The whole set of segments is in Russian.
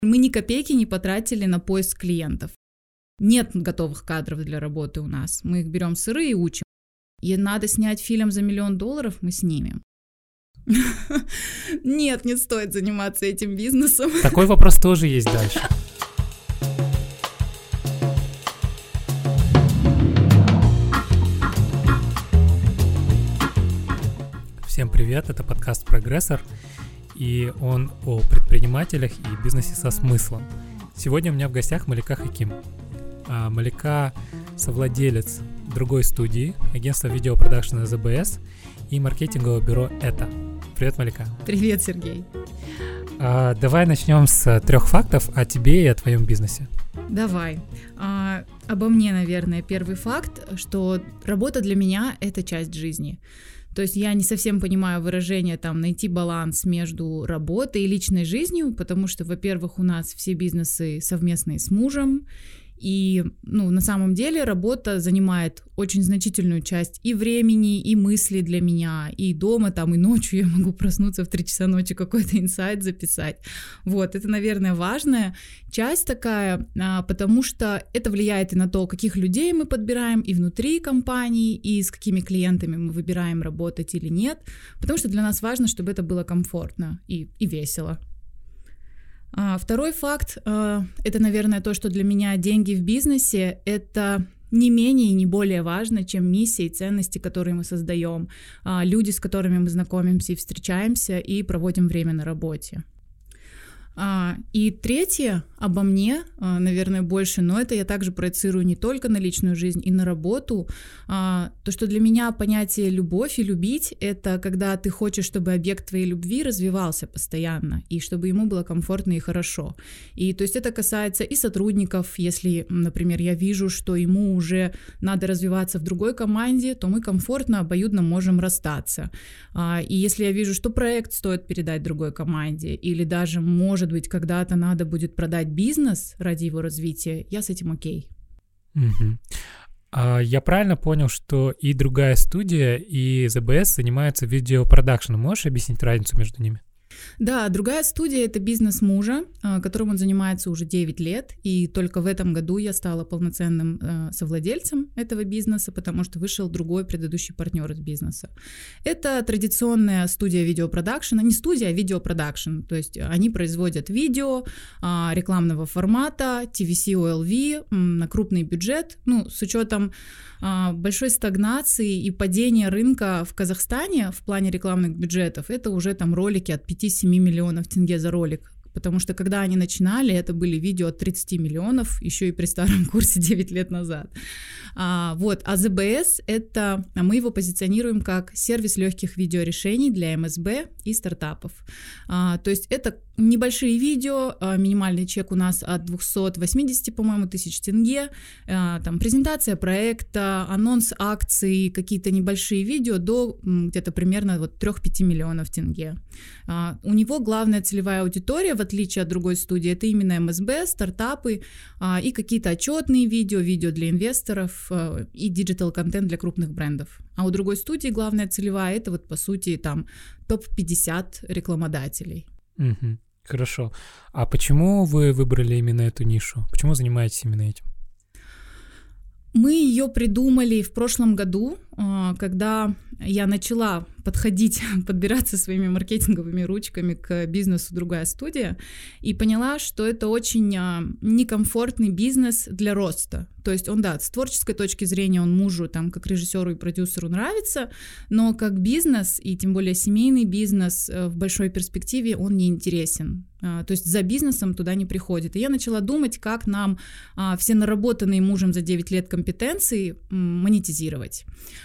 Мы ни копейки не потратили на поиск клиентов. Нет готовых кадров для работы у нас. Мы их берем сырые и учим. И надо снять фильм за $1 миллион, мы снимем. Нет, не стоит заниматься этим бизнесом. Такой вопрос тоже есть дальше. Всем привет, это подкаст «Прогрессор», и он о предпринимателях и бизнесе со смыслом. Сегодня у меня в гостях Малика Хаким. Малика — совладелец другой студии, агентства видеопродакшена ЗБС и маркетингового бюро «Это». Привет, Малика. Привет, Сергей. Давай начнем с 3 фактов о тебе и о твоем бизнесе. Давай. Обо мне, наверное, первый факт, что работа для меня — это часть жизни. То есть я не совсем понимаю выражение найти баланс между работой и личной жизнью, потому что, во-первых, у нас все бизнесы совместные с мужем, и на самом деле работа занимает очень значительную часть и времени, и мыслей для меня, и дома, и ночью я могу проснуться в 3 часа ночи, какой-то инсайт записать. Вот, это, наверное, важная часть такая, потому что это влияет и на то, каких людей мы подбираем и внутри компании, и с какими клиентами мы выбираем работать или нет, потому что для нас важно, чтобы это было комфортно и весело. Второй факт — это, наверное, то, что для меня деньги в бизнесе — это не менее и не более важно, чем миссия и ценности, которые мы создаем, люди, с которыми мы знакомимся и встречаемся, и проводим время на работе. И третье обо мне, наверное, больше, но это я также проецирую не только на личную жизнь и на работу. То, что для меня понятие «любовь» и «любить» — это когда ты хочешь, чтобы объект твоей любви развивался постоянно, и чтобы ему было комфортно и хорошо. И то есть это касается и сотрудников. Если, например, я вижу, что ему уже надо развиваться в другой команде, то мы комфортно, обоюдно можем расстаться. И если я вижу, что проект стоит передать другой команде, или даже, может быть, когда-то надо будет продать бизнес ради его развития, я с этим окей. Я правильно понял, что и другая студия, и ЗБС занимаются видеопродакшеном? Можешь объяснить разницу между ними? Да, другая студия — это бизнес мужа, которым он занимается уже 9 лет, и только в этом году я стала полноценным совладельцем этого бизнеса, потому что вышел другой предыдущий партнер из бизнеса. Это традиционная студия видеопродакшена, не студия, а видеопродакшн, то есть они производят видео рекламного формата, TVC, OLV на крупный бюджет, с учетом большой стагнации и падения рынка в Казахстане в плане рекламных бюджетов. Это уже ролики от 5-7 миллионов тенге за ролик. Потому что когда они начинали, это были видео от 30 миллионов, еще и при старом курсе 9 лет назад. А ЗБС — это мы его позиционируем как сервис легких видеорешений для МСБ и стартапов. То есть это небольшие видео, минимальный чек у нас от 280, по-моему, тысяч тенге, презентация проекта, анонс акций, какие-то небольшие видео до где-то примерно 3-5 миллионов тенге. У него главная целевая аудитория, в отличие от другой студии, это именно МСБ, стартапы и какие-то отчетные видео для инвесторов и диджитал-контент для крупных брендов. А у другой студии главная целевая — это по сути топ-50 рекламодателей. Хорошо. А почему вы выбрали именно эту нишу? Почему занимаетесь именно этим? Мы ее придумали в прошлом году, когда я начала подбираться своими маркетинговыми ручками к бизнесу «Другая студия», и поняла, что это очень некомфортный бизнес для роста. То есть он, с творческой точки зрения он мужу, как режиссеру и продюсеру нравится, но как бизнес, и тем более семейный бизнес в большой перспективе, он не интересен. То есть за бизнесом туда не приходит. И я начала думать, как нам все наработанные мужем за 9 лет компетенции монетизировать.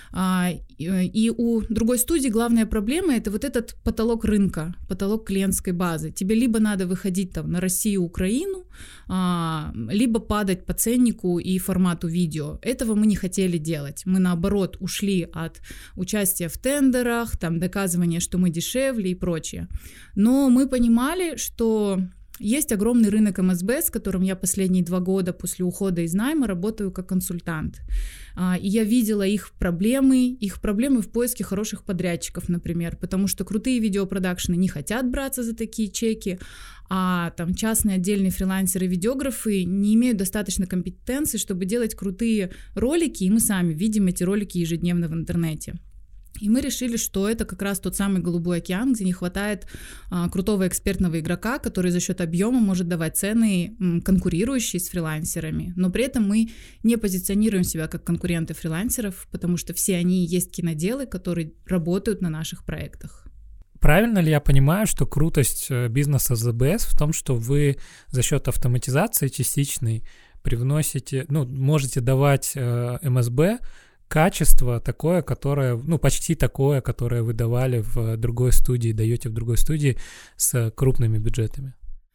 И у другой студии главная проблема — это этот потолок рынка, потолок клиентской базы. Тебе либо надо выходить на Россию, Украину, либо падать по ценнику и формату видео. Этого мы не хотели делать. Мы, наоборот, ушли от участия в тендерах, доказывания, что мы дешевле и прочее. Но мы понимали, что есть огромный рынок МСБ, с которым я последние 2 года после ухода из найма работаю как консультант. И я видела их проблемы в поиске хороших подрядчиков, например, потому что крутые видеопродакшены не хотят браться за такие чеки, а там частные отдельные фрилансеры-видеографы не имеют достаточно компетенции, чтобы делать крутые ролики, и мы сами видим эти ролики ежедневно в интернете. И мы решили, что это как раз тот самый голубой океан, где не хватает крутого экспертного игрока, который за счет объема может давать цены, конкурирующие с фрилансерами. Но при этом мы не позиционируем себя как конкуренты фрилансеров, потому что все они есть киноделы, которые работают на наших проектах. Правильно ли я понимаю, что крутость бизнеса ЗБС в том, что вы за счет автоматизации частичной привносите, можете давать МСБ качество такое, которое, почти такое, которое вы давали в другой студии, даете в другой студии с крупными бюджетами?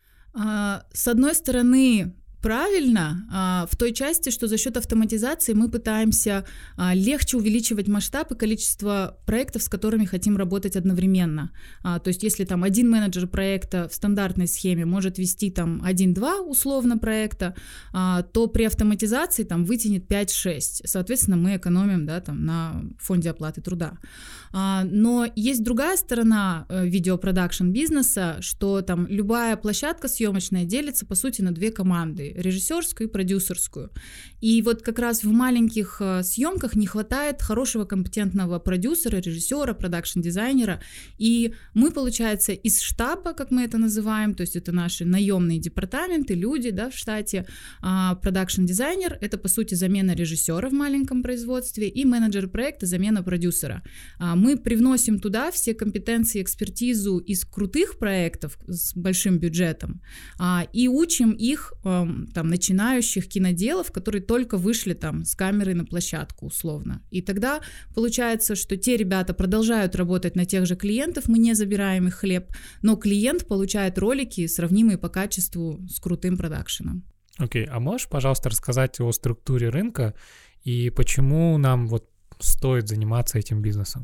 С одной стороны, правильно, в той части, что за счет автоматизации мы пытаемся легче увеличивать масштаб и количество проектов, с которыми хотим работать одновременно. То есть если там один менеджер проекта в стандартной схеме может вести там 1-2 условно проекта, то при автоматизации там вытянет 5-6. Соответственно, мы экономим, да, там, на фонде оплаты труда. Но есть другая сторона видеопродакшн бизнеса, что там любая площадка съемочная делится, по сути, на две команды: режиссерскую и продюсерскую. И вот как раз в маленьких съемках не хватает хорошего компетентного продюсера, режиссера, продакшн-дизайнера. И мы, получается, из штаба, как мы это называем, то есть это наши наемные департаменты, люди, да, в штате, продакшн-дизайнер — это, по сути, замена режиссера в маленьком производстве, и менеджер проекта — замена продюсера. Мы привносим туда все компетенции, экспертизу из крутых проектов с большим бюджетом и учим их, там, начинающих киноделов, которые только вышли там с камерой на площадку условно. И тогда получается, что те ребята продолжают работать на тех же клиентов, мы не забираем их хлеб, но клиент получает ролики, сравнимые по качеству с крутым продакшеном. Окей, а можешь, пожалуйста, рассказать о структуре рынка и почему нам стоит заниматься этим бизнесом?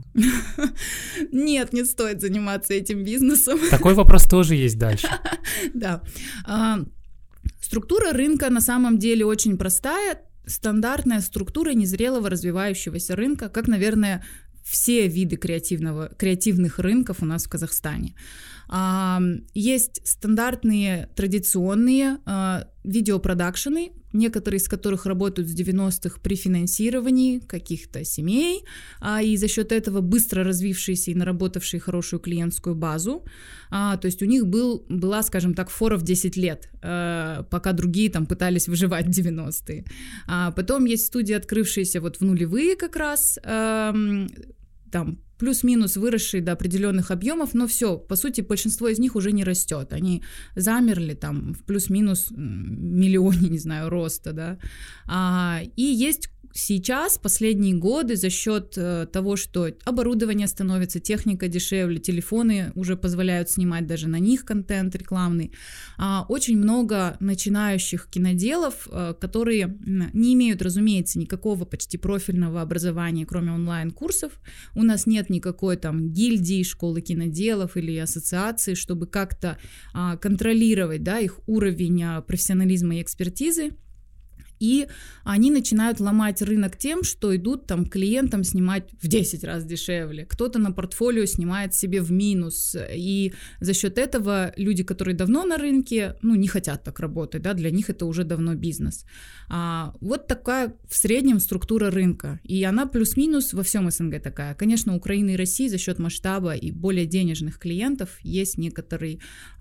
Нет, не стоит заниматься этим бизнесом. Такой вопрос тоже есть дальше. Да. Структура рынка на самом деле очень простая, стандартная структура незрелого развивающегося рынка, как, наверное, все виды креативных рынков у нас в Казахстане. Есть стандартные традиционные видеопродакшены, некоторые из которых работают с 90-х при финансировании каких-то семей, и за счет этого быстро развившиеся и наработавшие хорошую клиентскую базу. То есть у них была, скажем так, фора в 10 лет, пока другие там пытались выживать в 90-е. Потом есть студии, открывшиеся в нулевые как раз, там плюс-минус выросшие до определенных объемов, но все, по сути, большинство из них уже не растет, они замерли там в плюс-минус миллионе, не знаю, роста, да, и есть сейчас, последние годы, за счет того, что оборудование становится, техника дешевле, телефоны уже позволяют снимать даже на них контент рекламный, очень много начинающих киноделов, которые не имеют, разумеется, никакого почти профильного образования, кроме онлайн-курсов. У нас нет никакой там гильдии, школы киноделов или ассоциации, чтобы как-то контролировать, да, их уровень профессионализма и экспертизы. И они начинают ломать рынок тем, что идут там клиентам снимать в 10 раз дешевле. Кто-то на портфолио снимает себе в минус. И за счет этого люди, которые давно на рынке, не хотят так работать, да, для них это уже давно бизнес. Вот такая в среднем структура рынка. И она плюс-минус во всем СНГ такая. Конечно, Украина и Россия за счет масштаба и более денежных клиентов есть некоторые...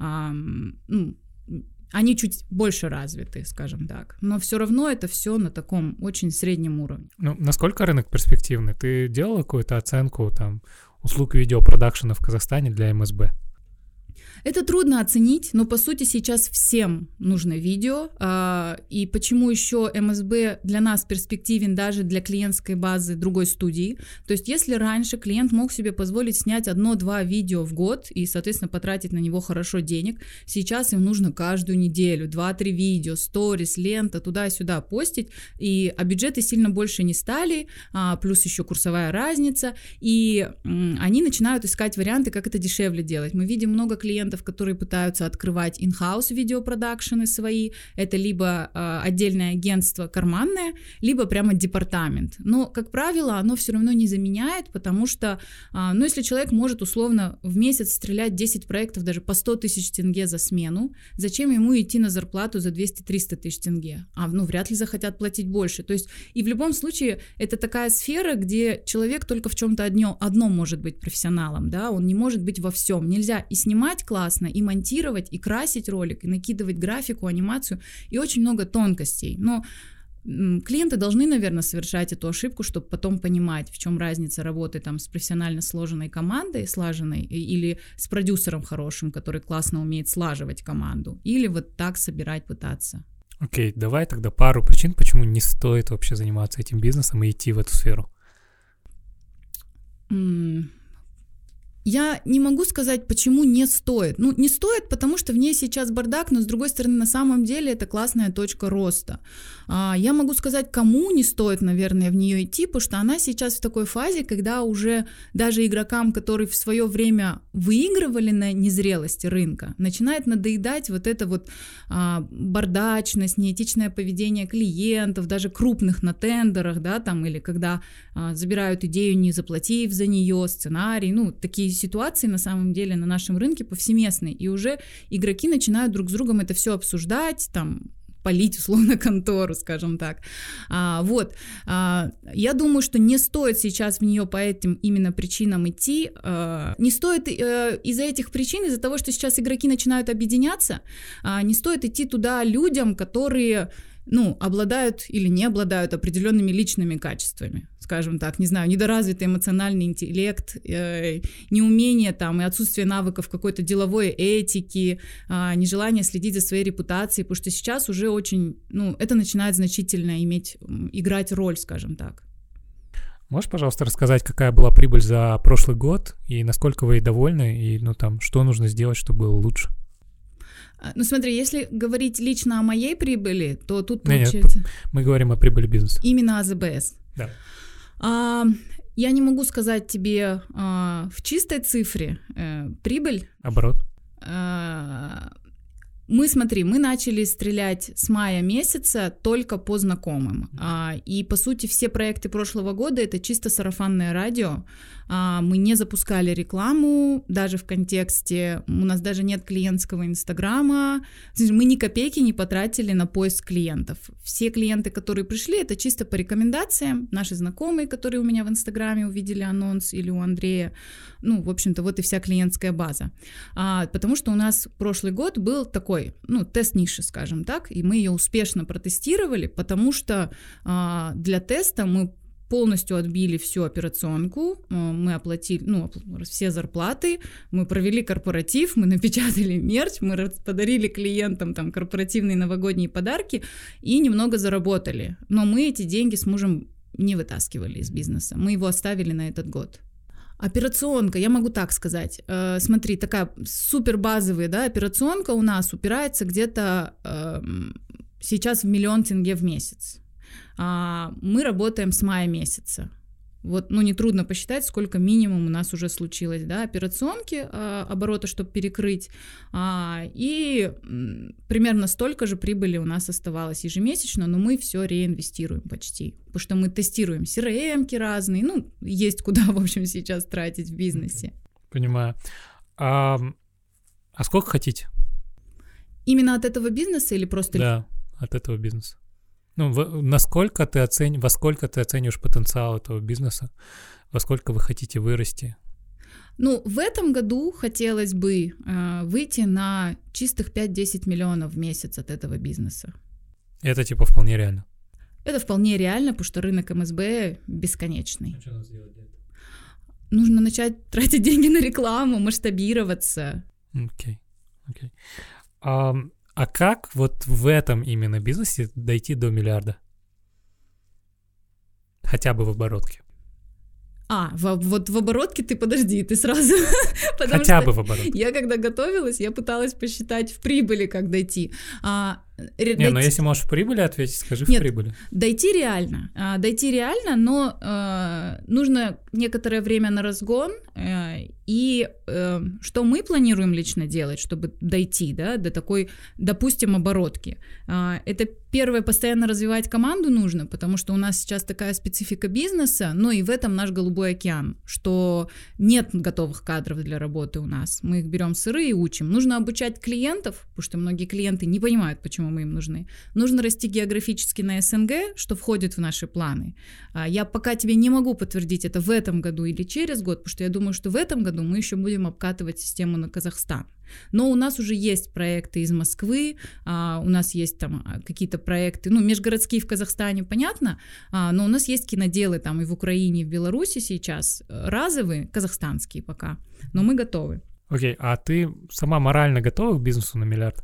Они чуть больше развиты, скажем так. Но все равно это все на таком очень среднем уровне. Насколько рынок перспективный? Ты делала какую-то оценку там услуг видеопродакшена в Казахстане для МСБ? Это трудно оценить, но по сути сейчас всем нужно видео, и почему еще МСБ для нас перспективен даже для клиентской базы другой студии. То есть если раньше клиент мог себе позволить снять 1-2 видео в год и, соответственно, потратить на него хорошо денег, сейчас им нужно каждую неделю 2-3 видео, сторис, лента, туда-сюда постить, а бюджеты сильно больше не стали, плюс еще курсовая разница, и они начинают искать варианты, как это дешевле делать. Мы видим много клиентов, клиентов, которые пытаются открывать in-house видеопродакшены свои, это либо отдельное агентство карманное, либо прямо департамент. Но, как правило, оно все равно не заменяет, потому что, если человек может условно в месяц стрелять 10 проектов даже по 100 тысяч тенге за смену, зачем ему идти на зарплату за 200-300 тысяч тенге? Вряд ли захотят платить больше. То есть, и в любом случае, это такая сфера, где человек только в чем-то одном может быть профессионалом, да, он не может быть во всем. Нельзя и снимать классно, и монтировать, и красить ролик, и накидывать графику, анимацию, и очень много тонкостей. Но клиенты должны, наверное, совершать эту ошибку, чтобы потом понимать, в чем разница работы там с профессионально сложенной командой, слаженной, или с продюсером хорошим, который классно умеет слаживать команду, или вот так собирать, пытаться. Окей, давай тогда пару причин, почему не стоит вообще заниматься этим бизнесом и идти в эту сферу. Я не могу сказать, почему не стоит. Не стоит, потому что в ней сейчас бардак, но, с другой стороны, на самом деле это классная точка роста. Я могу сказать, кому не стоит, наверное, в нее идти, потому что она сейчас в такой фазе, когда уже даже игрокам, которые в свое время выигрывали на незрелости рынка, начинает надоедать вот эта вот бардачность, неэтичное поведение клиентов, даже крупных на тендерах, да, там, или когда забирают идею, не заплатив за нее, сценарий, такие ситуации на самом деле на нашем рынке повсеместны, и уже игроки начинают друг с другом это все обсуждать, там, палить условно контору, скажем так. Я думаю, что не стоит сейчас в нее по этим именно причинам идти. Не стоит из-за этих причин, из-за того, что сейчас игроки начинают объединяться, не стоит идти туда людям, которые обладают или не обладают определенными личными качествами, скажем так, не знаю, недоразвитый эмоциональный интеллект, неумение там и отсутствие навыков какой-то деловой этики, нежелание следить за своей репутацией, потому что сейчас уже очень, это начинает значительно играть роль, скажем так. Можешь, пожалуйста, рассказать, какая была прибыль за прошлый год и насколько вы довольны, и что нужно сделать, чтобы было лучше? Смотри, если говорить лично о моей прибыли, то тут получается... Нет, мы говорим о прибыли бизнеса. Именно АЗБС. Да. Я не могу сказать тебе в чистой цифре прибыль. Оборот. Мы начали стрелять с мая месяца только по знакомым. И, по сути, все проекты прошлого года — это чисто сарафанное радио. Мы не запускали рекламу, даже в контексте, у нас даже нет клиентского инстаграма, мы ни копейки не потратили на поиск клиентов. Все клиенты, которые пришли, это чисто по рекомендациям, наши знакомые, которые у меня в инстаграме увидели анонс, или у Андрея, в общем-то, вот и вся клиентская база. Потому что у нас прошлый год был такой, тест ниши, скажем так, и мы ее успешно протестировали, потому что для теста мы полностью отбили всю операционку, мы оплатили все зарплаты, мы провели корпоратив, мы напечатали мерч, мы подарили клиентам там корпоративные новогодние подарки и немного заработали. Но мы эти деньги с мужем не вытаскивали из бизнеса, мы его оставили на этот год. Операционка, я могу так сказать, смотри, такая супер базовая, да, операционка у нас упирается где-то сейчас в 1 000 000 тенге в месяц. Мы работаем с мая месяца. Вот, нетрудно посчитать, сколько минимум у нас уже случилось, да, операционки оборота, чтобы перекрыть, и примерно столько же прибыли у нас оставалось ежемесячно, но мы все реинвестируем почти, потому что мы тестируем CRM-ки разные, есть куда, в общем, сейчас тратить в бизнесе. Понимаю. А сколько хотите? Именно от этого бизнеса или просто... Да, от этого бизнеса. Во сколько ты оцениваешь потенциал этого бизнеса? Во сколько вы хотите вырасти? В этом году хотелось бы выйти на чистых 5-10 миллионов в месяц от этого бизнеса. Это вполне реально? Это вполне реально, потому что рынок МСБ бесконечный. А что надо сделать для этого? Нужно начать тратить деньги на рекламу, масштабироваться. Окей. А как вот в этом именно бизнесе дойти до миллиарда? Хотя бы в оборотке. Вот в оборотке ты сразу... Хотя бы в оборотке. Я когда готовилась, я пыталась посчитать в прибыли, как дойти. Если можешь в прибыли ответить, скажи в прибыли. Дойти реально, но нужно некоторое время на разгон, И что мы планируем лично делать, чтобы дойти, да, до такой, допустим, оборотки? Это первое, постоянно развивать команду нужно, потому что у нас сейчас такая специфика бизнеса, но и в этом наш голубой океан, что нет готовых кадров для работы у нас. Мы их берем сырые и учим. Нужно обучать клиентов, потому что многие клиенты не понимают, почему мы им нужны. Нужно расти географически на СНГ, что входит в наши планы. Я пока тебе не могу подтвердить это в этом году или через год, потому что я думаю, что в этом году мы еще будем обкатывать систему на Казахстан. Но у нас уже есть проекты из Москвы, у нас есть там какие-то проекты, межгородские в Казахстане, понятно, но у нас есть киноделы там и в Украине, и в Беларуси сейчас, разовые, казахстанские пока, но мы готовы. Окей, а ты сама морально готова к бизнесу на миллиард?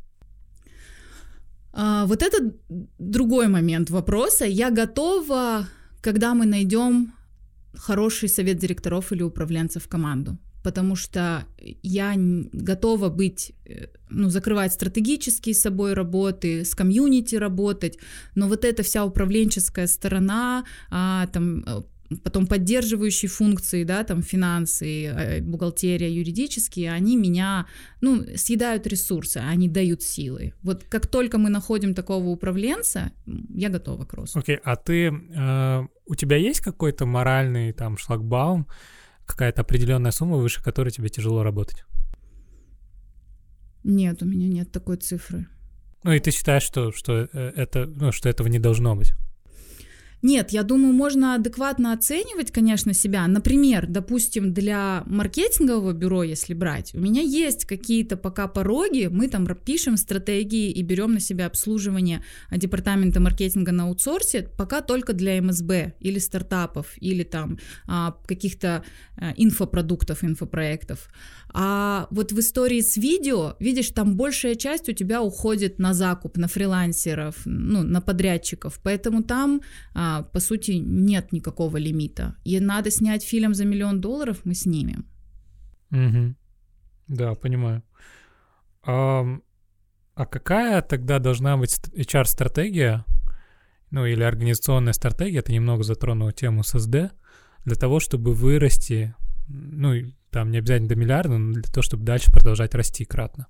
Вот это другой момент вопроса. Я готова, когда мы найдем хороший совет директоров или управленцев в команду. Потому что я готова закрывать стратегические с собой работы, с комьюнити работать, но вот эта вся управленческая сторона, потом поддерживающие функции, да, там финансы, бухгалтерия, юридические, они меня, съедают ресурсы, они дают силы. Вот как только мы находим такого управленца, я готова к росту. Окей, а у тебя есть какой-то моральный там шлагбаум, какая-то определенная сумма, выше которой тебе тяжело работать? Нет, у меня нет такой цифры. И ты считаешь, что этого не должно быть? Нет, я думаю, можно адекватно оценивать, конечно, себя. Например, допустим, для маркетингового бюро, если брать, у меня есть какие-то пока пороги, мы там пишем стратегии и берем на себя обслуживание департамента маркетинга на аутсорсе, пока только для МСБ или стартапов, или там каких-то инфопродуктов, инфопроектов. А вот в истории с видео, видишь, там большая часть у тебя уходит на закуп, на фрилансеров, на подрядчиков, поэтому там, по сути, нет никакого лимита. И надо снять фильм за $1 миллион, мы снимем. Угу. Да, понимаю. А какая тогда должна быть HR-стратегия, или организационная стратегия, ты немного затронул тему ССД, для того, чтобы вырасти, там не обязательно до миллиарда, но для того, чтобы дальше продолжать расти кратно?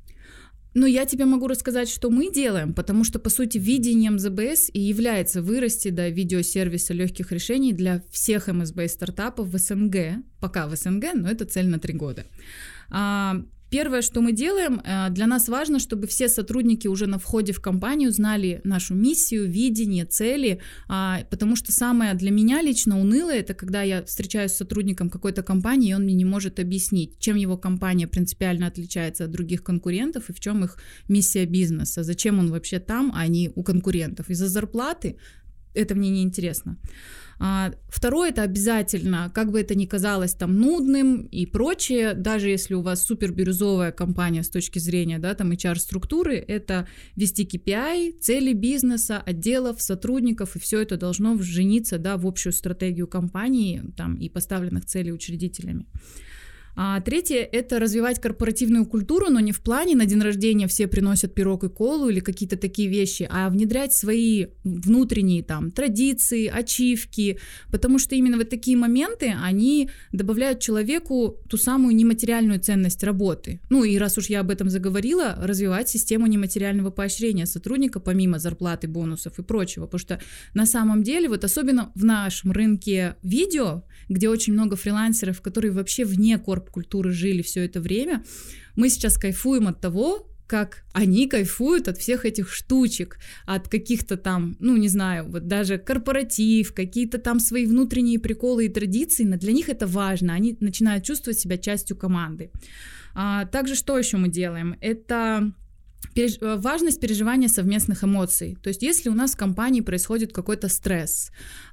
Я тебе могу рассказать, что мы делаем, потому что, по сути, видением ЗБС и является вырасти до видеосервиса легких решений для всех МСБ стартапов в СНГ, пока в СНГ, но это цель на 3 года. Первое, что мы делаем, для нас важно, чтобы все сотрудники уже на входе в компанию знали нашу миссию, видение, цели, потому что самое для меня лично унылое, это когда я встречаюсь с сотрудником какой-то компании, и он мне не может объяснить, чем его компания принципиально отличается от других конкурентов и в чем их миссия бизнеса, зачем он вообще там, а не у конкурентов. Из-за зарплаты это мне не интересно. Второе, это обязательно, как бы это ни казалось там нудным и прочее, даже если у вас супер бирюзовая компания с точки зрения, да, там HR-структуры, это вести KPI, цели бизнеса, отделов, сотрудников, и все это должно вжениться, да, в общую стратегию компании там, и поставленных целей учредителями. Третье – это развивать корпоративную культуру, но не в плане на день рождения все приносят пирог и колу или какие-то такие вещи, а внедрять свои внутренние там традиции, ачивки, потому что именно вот такие моменты, они добавляют человеку ту самую нематериальную ценность работы. И раз уж я об этом заговорила, развивать систему нематериального поощрения сотрудника помимо зарплаты, бонусов и прочего, потому что на самом деле, вот особенно в нашем рынке видео, где очень много фрилансеров, которые вообще вне корп-культуры жили все это время, мы сейчас кайфуем от того, как они кайфуют от всех этих штучек, от каких-то там, не знаю, вот даже корпоратив, какие-то там свои внутренние приколы и традиции, но для них это важно, они начинают чувствовать себя частью команды. Также что еще мы делаем? Это важность переживания совместных эмоций. То есть если у нас в компании происходит какой-то стресс,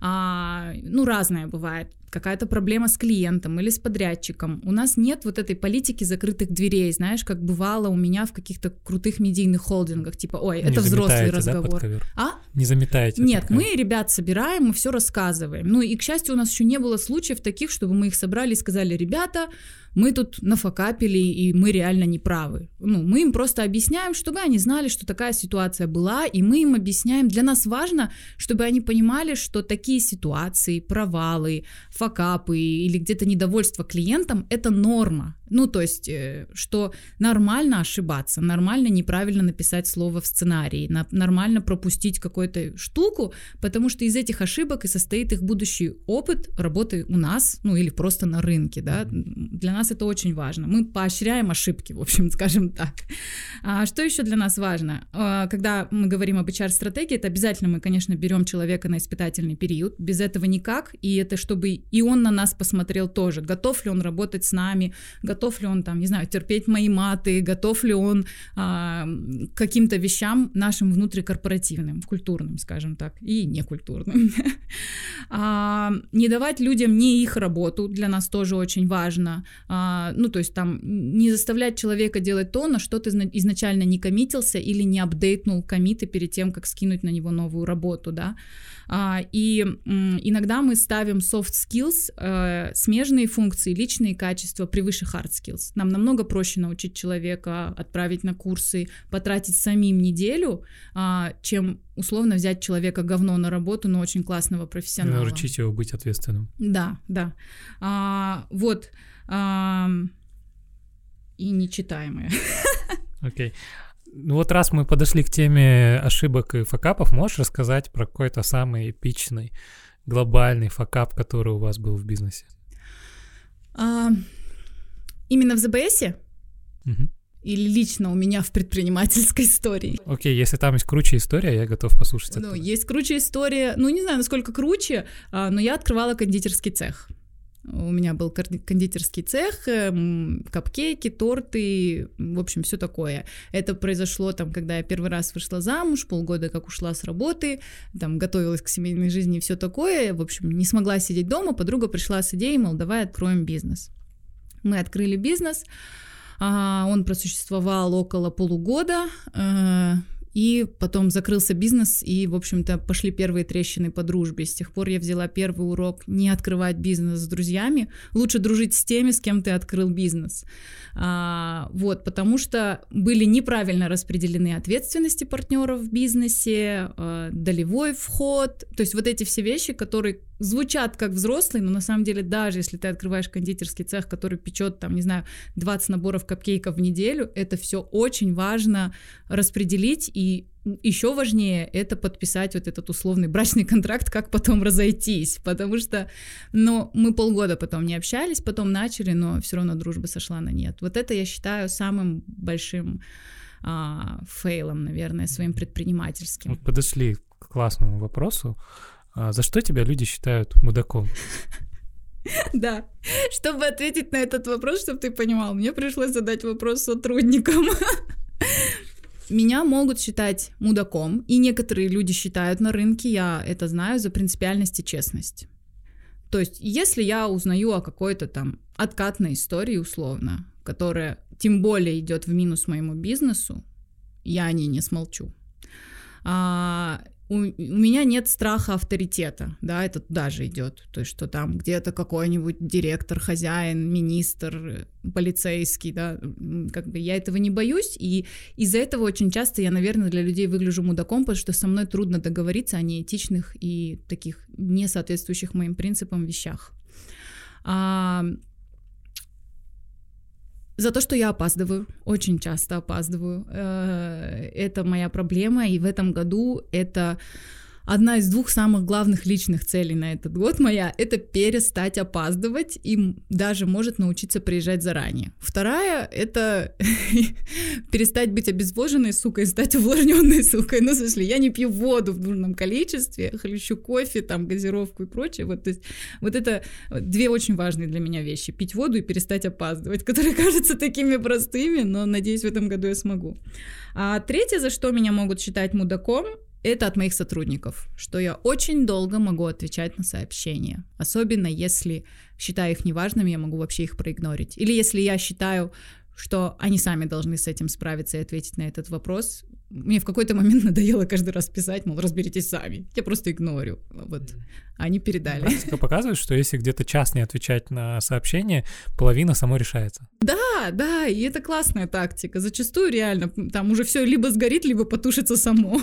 разное бывает, какая-то проблема с клиентом или с подрядчиком, у нас нет вот этой политики закрытых дверей, знаешь, как бывало у меня в каких-то крутых медийных холдингах, типа, ой, это взрослый разговор. Да, под ковер? Не заметаете? Нет, мы ребят собираем, мы все рассказываем. Ну и, к счастью, у нас еще не было случаев таких, чтобы мы их собрали и сказали: ребята, мы тут нафакапили, и мы реально не правы. Ну, мы им просто объясняем, чтобы они знали, что такая ситуация была, и мы им объясняем. Для нас важно, чтобы они понимали, что такие ситуации, провалы, факапы или где-то недовольство клиентам — это норма. Ну, то есть, что нормально ошибаться, нормально неправильно написать слово в сценарии, нормально пропустить какую-то штуку, потому что из этих ошибок и состоит их будущий опыт работы у нас, ну, или просто на рынке, да. Для нас это очень важно. Мы поощряем ошибки, в общем, скажем так. Что еще для нас важно? Когда мы говорим об HR-стратегии, это обязательно мы, конечно, берем человека на испытательный период, без этого никак, и это чтобы и он на нас посмотрел тоже, готов ли он работать с нами, готов ли он, там, не знаю, терпеть мои маты, готов ли он к каким-то вещам нашим внутрикорпоративным, культурным, скажем так, и некультурным. Не давать людям не их работу, для нас тоже очень важно. Ну, то есть там не заставлять человека делать то, на что ты изначально не коммитился или не апдейтнул коммиты перед тем, как скинуть на него новую работу, да. И иногда мы ставим soft skills, смежные функции, личные качества превыше hard skills. Нам намного проще научить человека, отправить на курсы, потратить самим неделю, чем условно взять человека говно на работу, но очень классного профессионала. Научить его быть ответственным. Да. Вот. И нечитаемые. Окей. Ну вот раз мы подошли к теме ошибок и факапов, можешь рассказать про какой-то самый эпичный, глобальный факап, который у вас был в бизнесе? Именно в ЗБСе? Угу. Или лично у меня в предпринимательской истории? Окей, если там есть круче история, я готов послушать. Ну, есть круче история, ну, не знаю, насколько круче, но я открывала кондитерский цех. У меня был кондитерский цех, капкейки, торты, в общем, все такое. Это произошло там, когда я первый раз вышла замуж, полгода как ушла с работы, там готовилась к семейной жизни и все такое. В общем, не смогла сидеть дома, подруга пришла с идеей, мол, давай откроем бизнес. Мы открыли бизнес, он просуществовал около полугода, и потом закрылся бизнес, и, в общем-то, пошли первые трещины по дружбе. С тех пор я взяла первый урок: не открывать бизнес с друзьями, лучше дружить с теми, с кем ты открыл бизнес. Вот, потому что были неправильно распределены ответственности партнеров в бизнесе, долевой вход, то есть вот эти все вещи, которые звучат как взрослые, но на самом деле даже если ты открываешь кондитерский цех, который печет, там, не знаю, 20 наборов капкейков в неделю, это все очень важно распределить, и еще важнее это подписать вот этот условный брачный контракт, как потом разойтись, потому что, ну, мы полгода потом не общались, потом начали, но все равно дружба сошла на нет. Вот это я считаю самым большим фейлом, наверное, своим предпринимательским. Вот подошли к классному вопросу. За что тебя люди считают мудаком? Да, чтобы ответить на этот вопрос, чтобы ты понимал, мне пришлось задать вопрос сотрудникам. Меня могут считать мудаком, и некоторые люди считают на рынке, я это знаю, за принципиальность и честность. То есть, если я узнаю о какой-то там откатной истории, условно, которая тем более идет в минус моему бизнесу, я о ней не смолчу. У меня нет страха авторитета, да, это туда же идет, то есть что там где-то какой-нибудь директор, хозяин, министр, полицейский, да, как бы я этого не боюсь, и из-за этого очень часто я, наверное, для людей выгляжу мудаком, потому что со мной трудно договориться о неэтичных и таких не соответствующих моим принципам вещах. За то, что я опаздываю, очень часто опаздываю. Это моя проблема, и в этом году это одна из 2 самых главных личных целей на этот год моя — это перестать опаздывать и даже, может, научиться приезжать заранее. Вторая — это перестать быть обезвоженной сукой, стать увлажненной сукой. Ну, в смысле, я не пью воду в нужном количестве, хлещу кофе, там, газировку и прочее. Вот, то есть, вот это 2 очень важные для меня вещи: пить воду и перестать опаздывать, которые кажутся такими простыми, но, надеюсь, в этом году я смогу. А третье, за что меня могут считать мудаком, это от моих сотрудников, что я очень долго могу отвечать на сообщения, особенно если считаю их неважными, я могу вообще их проигнорить. Или если я считаю, что они сами должны с этим справиться и ответить на этот вопрос, мне в какой-то момент надоело каждый раз писать, мол, разберитесь сами. Я просто игнорю. Вот. Они передали. Практика показывает, что если где-то час не отвечать на сообщение, половина само решается. Да, и это классная тактика. Зачастую реально там уже все либо сгорит, либо потушится само.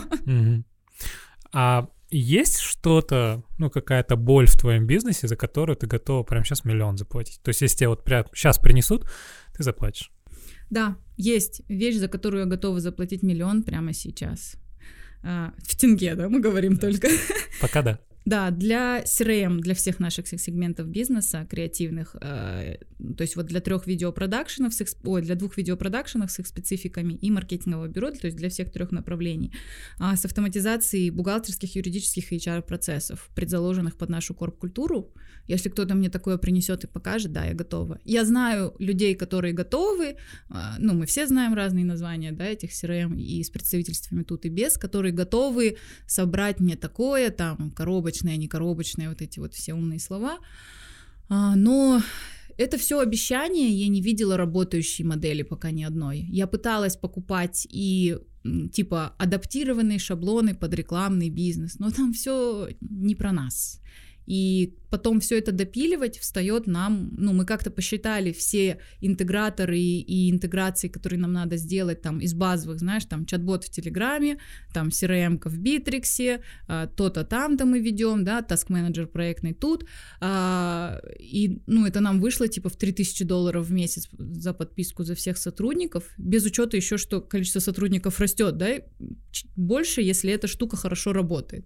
А есть что-то, какая-то боль в твоем бизнесе, за которую ты готова прямо сейчас 1 миллион заплатить? То есть если тебе вот прямо сейчас принесут, ты заплатишь? Да, есть вещь, за которую я готова заплатить 1 миллион прямо сейчас. В тенге, да, мы говорим только. Пока да. Да, для CRM, для всех наших сегментов бизнеса креативных, то есть вот для 2 видеопродакшенов с их спецификами и маркетингового бюро, то есть для всех 3 направлений, с автоматизацией бухгалтерских, юридических и HR-процессов, предзаложенных под нашу корп-культуру. Если кто-то мне такое принесет и покажет, да, я готова. Я знаю людей, которые готовы, мы все знаем разные названия, да, этих CRM и с представительствами тут и без, которые готовы собрать мне такое, там, коробочное, не коробочное, вот эти вот все умные слова, но это все обещания, я не видела работающей модели пока ни одной. Я пыталась покупать и типа адаптированные шаблоны под рекламный бизнес, но там все не про нас. И потом все это допиливать встает нам, мы как-то посчитали все интеграторы и интеграции, которые нам надо сделать там из базовых, знаешь, там чат-бот в Телеграме, там CRM-ка в Битриксе, то-то там-то мы ведем, да, таск-менеджер проектный тут, и, это нам вышло типа в $3000 в месяц за подписку за всех сотрудников, без учета еще, что количество сотрудников растет, да, больше, если эта штука хорошо работает.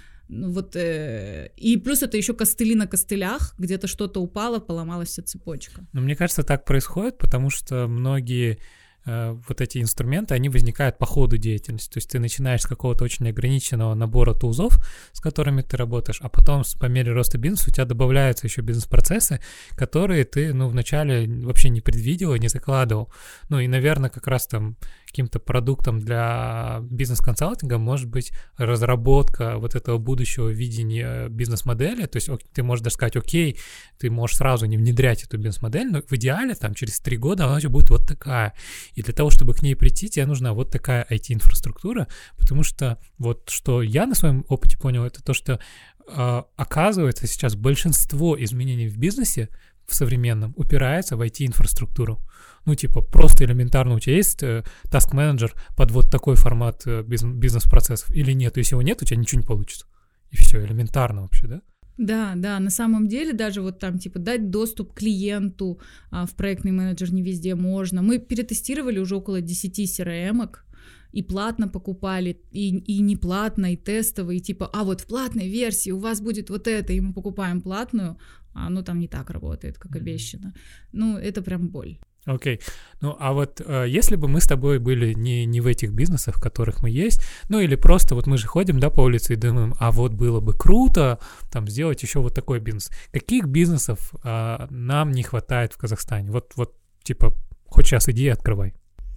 И плюс это еще костыли на костылях, где-то что-то упало, поломалась вся цепочка. Мне кажется, так происходит, потому что многие вот эти инструменты, они возникают по ходу деятельности. То есть ты начинаешь с какого-то очень ограниченного набора тулзов, с которыми ты работаешь, а потом по мере роста бизнеса у тебя добавляются еще бизнес-процессы, которые ты, вначале вообще не предвидел и не закладывал. И, наверное, как раз там каким-то продуктом для бизнес-консалтинга может быть разработка вот этого будущего видения бизнес-модели. То есть ты можешь даже сказать, окей, ты можешь сразу не внедрять эту бизнес-модель, но в идеале там через 3 года она уже будет вот такая. И для того, чтобы к ней прийти, тебе нужна вот такая IT-инфраструктура, потому что вот что я на своем опыте понял, это то, что оказывается сейчас большинство изменений в бизнесе в современном упирается в IT-инфраструктуру. Просто элементарно у тебя есть таск-менеджер под вот такой формат бизнес-процессов или нет? Если его нет, у тебя ничего не получится. И все, элементарно вообще, да? Да, на самом деле даже вот там типа дать доступ клиенту в проектный менеджер не везде можно. Мы перетестировали уже около 10 CRM-ок, и платно покупали, и не платно, и тестовые, и типа, вот в платной версии у вас будет вот это, и мы покупаем платную, а оно там не так работает, как обещано. Это прям боль. Окей. А вот если бы мы с тобой были не в этих бизнесах, в которых мы есть, или просто вот мы же ходим, да, по улице и думаем, вот было бы круто там сделать еще вот такой бизнес. Каких бизнесов нам не хватает в Казахстане? Вот типа, хоть сейчас иди и открывай.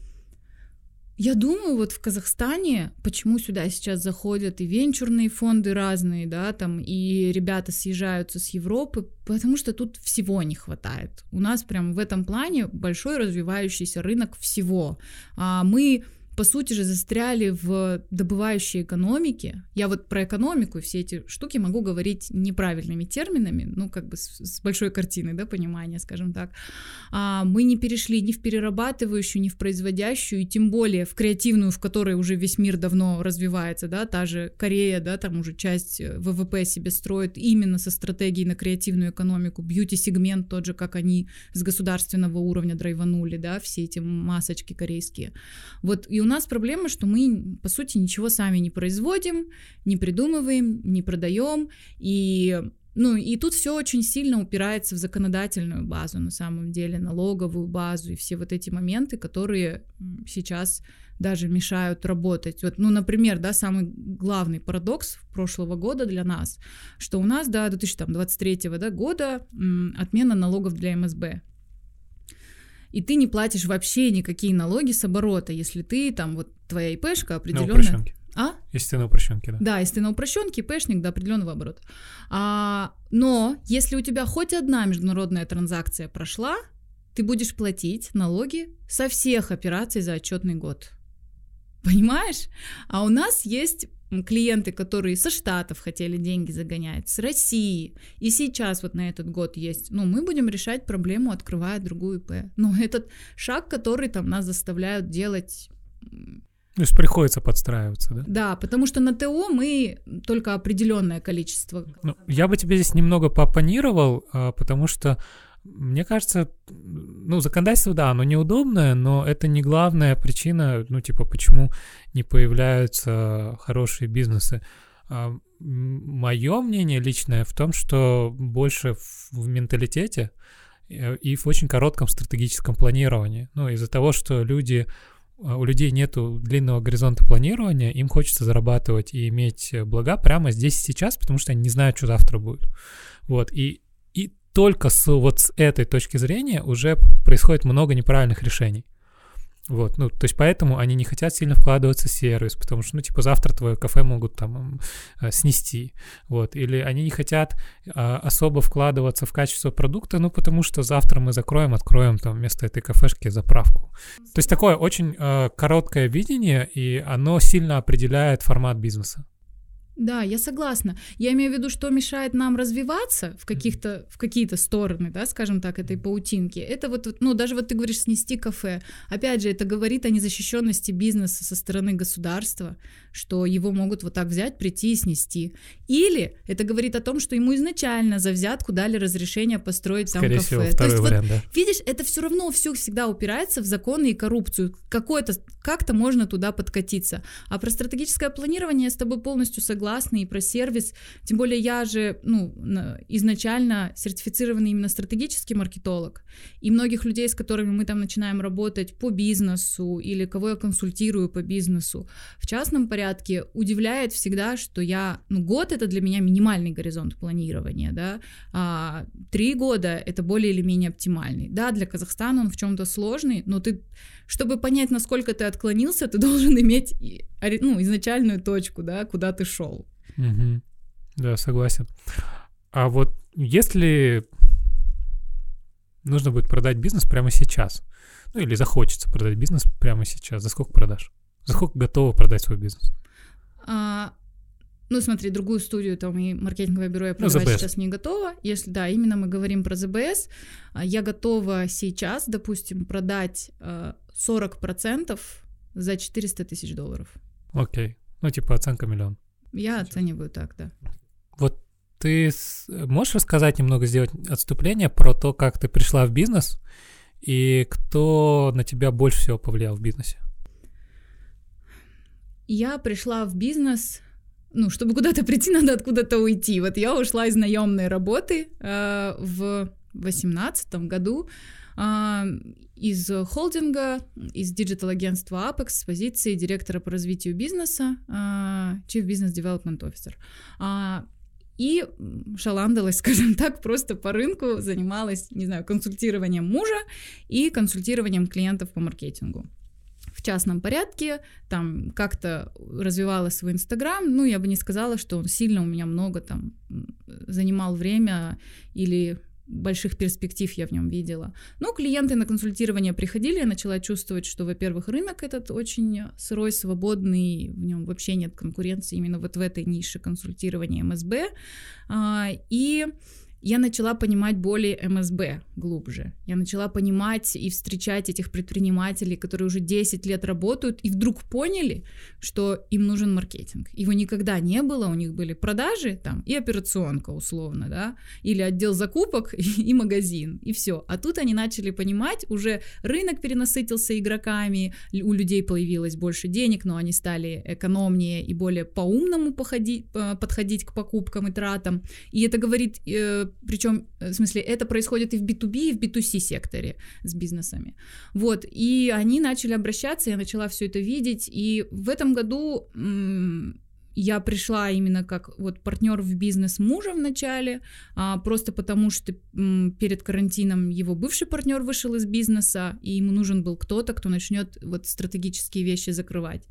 Я думаю, вот в Казахстане, почему сюда сейчас заходят и венчурные фонды разные, да, там, и ребята съезжаются с Европы, потому что тут всего не хватает. У нас прям в этом плане большой развивающийся рынок всего. Мы, по сути же, застряли в добывающей экономике. Я вот про экономику и все эти штуки могу говорить неправильными терминами, с большой картины, да, понимания, скажем так. Мы не перешли ни в перерабатывающую, ни в производящую, и тем более в креативную, в которой уже весь мир давно развивается, да, та же Корея, да, там уже часть ВВП себе строит именно со стратегией на креативную экономику, бьюти-сегмент тот же, как они с государственного уровня драйванули, да, все эти масочки корейские. Вот, и у нас проблема, что мы, по сути, ничего сами не производим, не придумываем, не продаем, и тут все очень сильно упирается в законодательную базу, на самом деле, налоговую базу и все вот эти моменты, которые сейчас даже мешают работать. Вот, например, да, самый главный парадокс прошлого года для нас, что у нас до 2023 года отмена налогов для МСБ. И ты не платишь вообще никакие налоги с оборота, если ты там, вот твоя ИПшка определенная... На упрощенке. Если ты на упрощенке, да. Да, если ты на упрощенке, ИПшник до определенного оборота. Но если у тебя хоть одна международная транзакция прошла, ты будешь платить налоги со всех операций за отчетный год. понимаешь? А у нас есть клиенты, которые со Штатов хотели деньги загонять, с России, и сейчас вот на этот год есть, мы будем решать проблему, открывая другую ИП. Но этот шаг, который там нас заставляют делать... То есть приходится подстраиваться, да? Да, потому что на ТО мы только определенное количество... Я бы тебе здесь немного пооппонировал, потому что, мне кажется, законодательство, да, оно неудобное, но это не главная причина, почему не появляются хорошие бизнесы. Мое мнение личное в том, что больше в менталитете и в очень коротком стратегическом планировании. Из-за того, что у людей нету длинного горизонта планирования, им хочется зарабатывать и иметь блага прямо здесь и сейчас, потому что они не знают, что завтра будет. Вот, и только с этой точки зрения уже происходит много неправильных решений. Вот, то есть поэтому они не хотят сильно вкладываться в сервис, потому что, завтра твое кафе могут там снести, вот, или они не хотят особо вкладываться в качество продукта, потому что завтра мы откроем там вместо этой кафешки заправку. То есть такое очень короткое видение, и оно сильно определяет формат бизнеса. Да, я согласна. Я имею в виду, что мешает нам развиваться в какие-то стороны, да, скажем так, этой паутинки. Это даже ты говоришь снести кафе. Опять же, это говорит о незащищенности бизнеса со стороны государства, что его могут вот так взять, прийти и снести. Или это говорит о том, что ему изначально за взятку дали разрешение построить там кафе. Скорее всего, второй вариант, да. Видишь, это все равно все всегда упирается в законы и коррупцию. Как-то можно туда подкатиться. А про стратегическое планирование я с тобой полностью согласна, и про сервис. Тем более я же изначально сертифицированный именно стратегический маркетолог. И многих людей, с которыми мы там начинаем работать по бизнесу или кого я консультирую по бизнесу в частном порядке, удивляет всегда, что год — это для меня минимальный горизонт планирования, да, а 3 года — это более или менее оптимальный. Да, для Казахстана он в чем-то сложный, но чтобы понять, насколько ты отклонился, ты должен иметь изначальную точку, да, куда ты шел. Угу. Да, согласен. А вот если нужно будет продать бизнес прямо сейчас, или захочется продать бизнес прямо сейчас, за сколько продашь? За сколько готова продать свой бизнес? Смотри, другую студию там и маркетинговое бюро я продавать сейчас не готова. Если, да, именно мы говорим про ЗБС, я готова сейчас, допустим, продать 40% за $400 тысяч. Окей. Оценка миллион. Я оцениваю так, да. Вот ты можешь рассказать немного, сделать отступление про то, как ты пришла в бизнес и кто на тебя больше всего повлиял в бизнесе? Я пришла в бизнес... чтобы куда-то прийти, надо откуда-то уйти. Вот я ушла из наемной работы в 2018 году из холдинга, из диджитал-агентства Apex с позиции директора по развитию бизнеса, Chief Business Development Officer. И шаландалась, скажем так, просто по рынку, занималась, консультированием мужа и консультированием клиентов по маркетингу. В частном порядке, там как-то развивала свой Инстаграм, я бы не сказала, что он сильно у меня много там занимал время или больших перспектив я в нем видела. Но клиенты на консультирование приходили, я начала чувствовать, что, во-первых, рынок этот очень сырой, свободный, в нем вообще нет конкуренции именно вот в этой нише консультирования МСБ, и я начала понимать боли МСБ глубже. Я начала понимать и встречать этих предпринимателей, которые уже 10 лет работают и вдруг поняли, что им нужен маркетинг. Его никогда не было, у них были продажи там и операционка условно, да, или отдел закупок и магазин, и все. А тут они начали понимать, уже рынок перенасытился игроками, у людей появилось больше денег, но они стали экономнее и более по-умному подходить к покупкам и тратам. И это говорит... Причем, в смысле, это происходит и в B2B, и в B2C секторе с бизнесами. Вот, и они начали обращаться, я начала все это видеть, и в этом году я пришла именно как вот партнер в бизнес мужа в начале, просто потому что перед карантином его бывший партнер вышел из бизнеса, и ему нужен был кто-то, кто начнет вот стратегические вещи закрывать.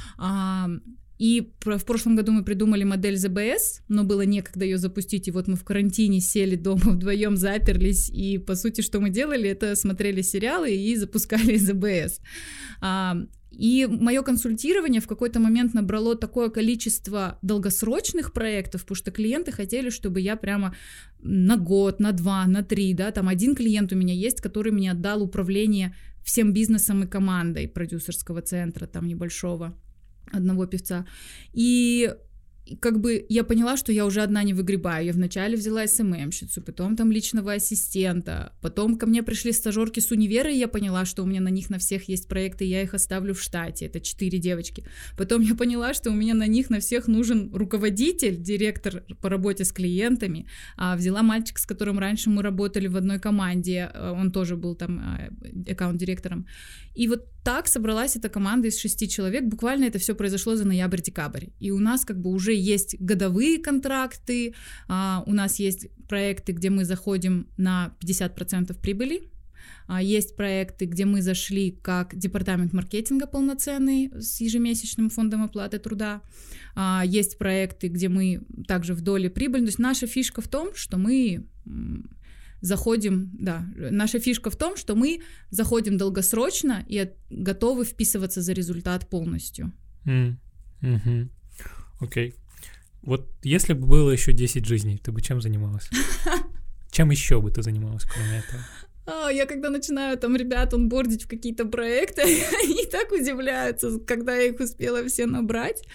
И в прошлом году мы придумали модель ЗБС, но было некогда ее запустить, и вот мы в карантине сели дома вдвоем, заперлись, и по сути, что мы делали, это смотрели сериалы и запускали ЗБС. И мое консультирование в какой-то момент набрало такое количество долгосрочных проектов, потому что клиенты хотели, чтобы я прямо на год, на 2, на 3, да, там один клиент у меня есть, который мне отдал управление всем бизнесом и командой продюсерского центра, там небольшого, одного певца. И как бы я поняла, что я уже одна не выгребаю. Я вначале взяла СММщицу, потом там личного ассистента, потом ко мне пришли стажерки с универа, и я поняла, что у меня на них на всех есть проекты, и я их оставлю в штате, это 4 девочки. Потом я поняла, что у меня на них на всех нужен руководитель, директор по работе с клиентами. Взяла мальчика, с которым раньше мы работали в одной команде, он тоже был там аккаунт-директором. И вот так собралась эта команда из 6 человек, буквально это все произошло за ноябрь-декабрь. И у нас как бы уже есть годовые контракты, у нас есть проекты, где мы заходим на 50% прибыли, есть проекты, где мы зашли как департамент маркетинга полноценный с ежемесячным фондом оплаты труда, есть проекты, где мы также в доле прибыли. То есть наша фишка в том, что мы заходим долгосрочно и готовы вписываться за результат полностью. Окей. Вот если бы было еще 10 жизней, ты бы чем занималась? Чем еще бы ты занималась, кроме этого? Я когда начинаю там ребят онбордить в какие-то проекты, они так удивляются, когда я их успела все набрать.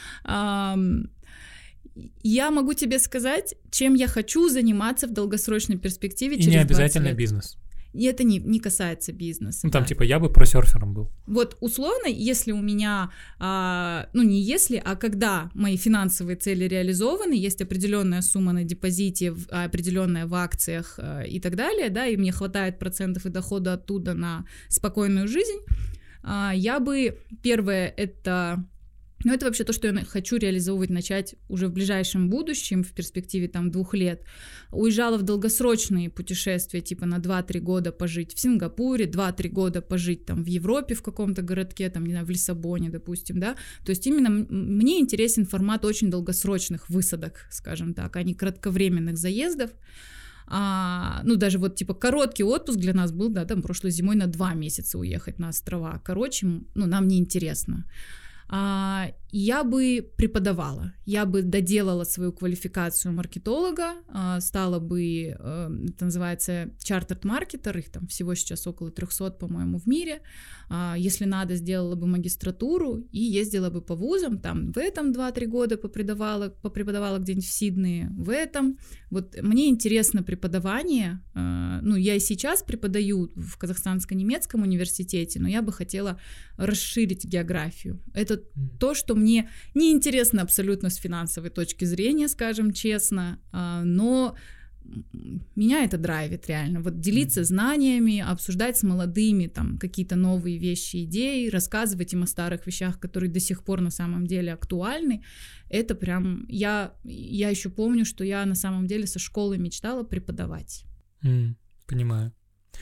Я могу тебе сказать, чем я хочу заниматься в долгосрочной перспективе через 20 лет. И не обязательно бизнес. И это не касается бизнеса. Ну, там, типа, я бы просерфером был. Вот, условно, если у меня, не если, а когда мои финансовые цели реализованы, есть определенная сумма на депозите, определенная в акциях и так далее, да, и мне хватает процентов и дохода оттуда на спокойную жизнь, я бы, первое, это вообще то, что я хочу реализовывать, начать уже в ближайшем будущем, в перспективе там 2 лет. Уезжала в долгосрочные путешествия, типа на 2-3 года пожить в Сингапуре, 2-3 года пожить там в Европе в каком-то городке, там, не знаю, в Лиссабоне, допустим, да. То есть именно мне интересен формат очень долгосрочных высадок, скажем так, а не кратковременных заездов. Даже вот типа короткий отпуск для нас был, да, там прошлой зимой на 2 месяца уехать на острова. Короче, нам неинтересно. Я бы преподавала, я бы доделала свою квалификацию маркетолога, стала бы, это называется chartered marketer, их там всего сейчас около 300, по-моему, в мире, если надо, сделала бы магистратуру и ездила бы по вузам, там в этом 2-3 года попреподавала где-нибудь в Сиднее, в этом. Вот мне интересно преподавание, я и сейчас преподаю в Казахстанско-немецком университете, но я бы хотела расширить географию. Это то, что мне неинтересно абсолютно с финансовой точки зрения, скажем честно, но меня это драйвит реально. Вот делиться знаниями, обсуждать с молодыми там какие-то новые вещи, идеи, рассказывать им о старых вещах, которые до сих пор на самом деле актуальны. Это прям... Я еще помню, что я на самом деле со школы мечтала преподавать. Понимаю.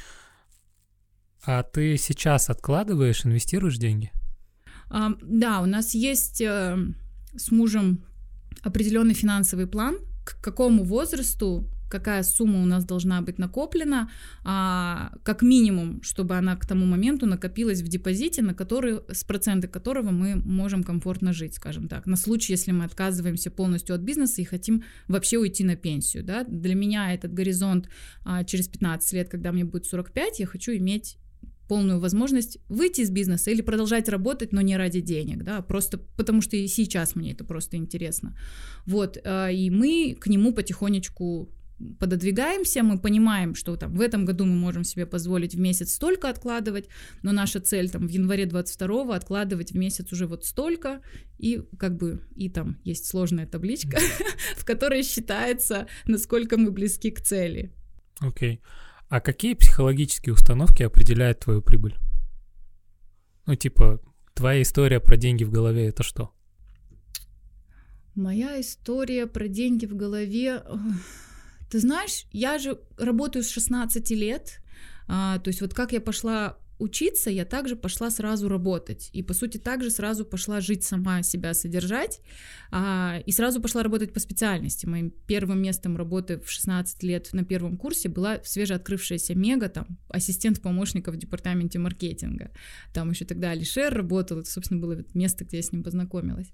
А ты сейчас откладываешь, инвестируешь деньги? Да, у нас есть с мужем определенный финансовый план, к какому возрасту какая сумма у нас должна быть накоплена, как минимум, чтобы она к тому моменту накопилась в депозите, с проценты которого мы можем комфортно жить, скажем так, на случай, если мы отказываемся полностью от бизнеса и хотим вообще уйти на пенсию. Да? Для меня этот горизонт через 15 лет, когда мне будет 45, я хочу иметь полную возможность выйти из бизнеса или продолжать работать, но не ради денег, да, просто потому что и сейчас мне это просто интересно. Вот, и мы к нему потихонечку пододвигаемся, мы понимаем, что там в этом году мы можем себе позволить в месяц столько откладывать, но наша цель там в январе 22-го откладывать в месяц уже вот столько, и как бы и там есть сложная табличка, в которой считается, насколько мы близки к цели. Окей. А какие психологические установки определяют твою прибыль? Твоя история про деньги в голове — это что? Моя история про деньги в голове... Ты знаешь, я же работаю с 16 лет, то есть вот как я пошла учиться, я также пошла сразу работать. И, по сути, также сразу пошла жить сама, себя содержать. И сразу пошла работать по специальности. Моим первым местом работы в 16 лет на первом курсе была свежеоткрывшаяся Мега, там, ассистент помощника в департаменте маркетинга. Там еще тогда Алишер работал, это, собственно, было место, где я с ним познакомилась.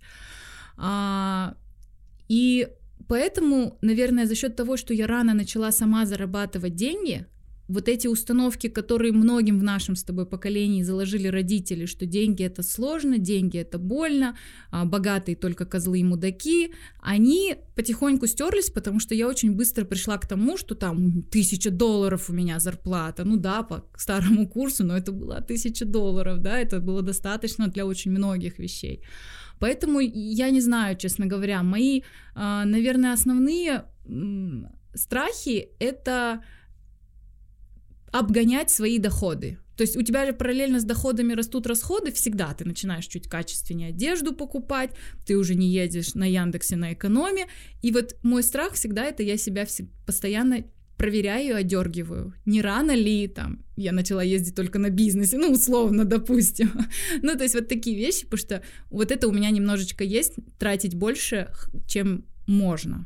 И поэтому, наверное, за счет того, что я рано начала сама зарабатывать деньги, вот эти установки, которые многим в нашем с тобой поколении заложили родители, что деньги — это сложно, деньги — это больно, богатые только козлы и мудаки, они потихоньку стерлись, потому что я очень быстро пришла к тому, что там $1000 у меня зарплата, ну да, по старому курсу, но это было $1000, да, это было достаточно для очень многих вещей. Поэтому я не знаю, честно говоря, мои, наверное, основные страхи — это обгонять свои доходы. То есть у тебя же параллельно с доходами растут расходы всегда. Ты начинаешь чуть качественнее одежду покупать, ты уже не едешь на Яндексе на экономе. И вот мой страх всегда — это я себя постоянно проверяю и одергиваю. Не рано ли там я начала ездить только на бизнесе, ну, условно, допустим. Ну, то есть вот такие вещи, потому что вот это у меня немножечко есть, тратить больше, чем можно.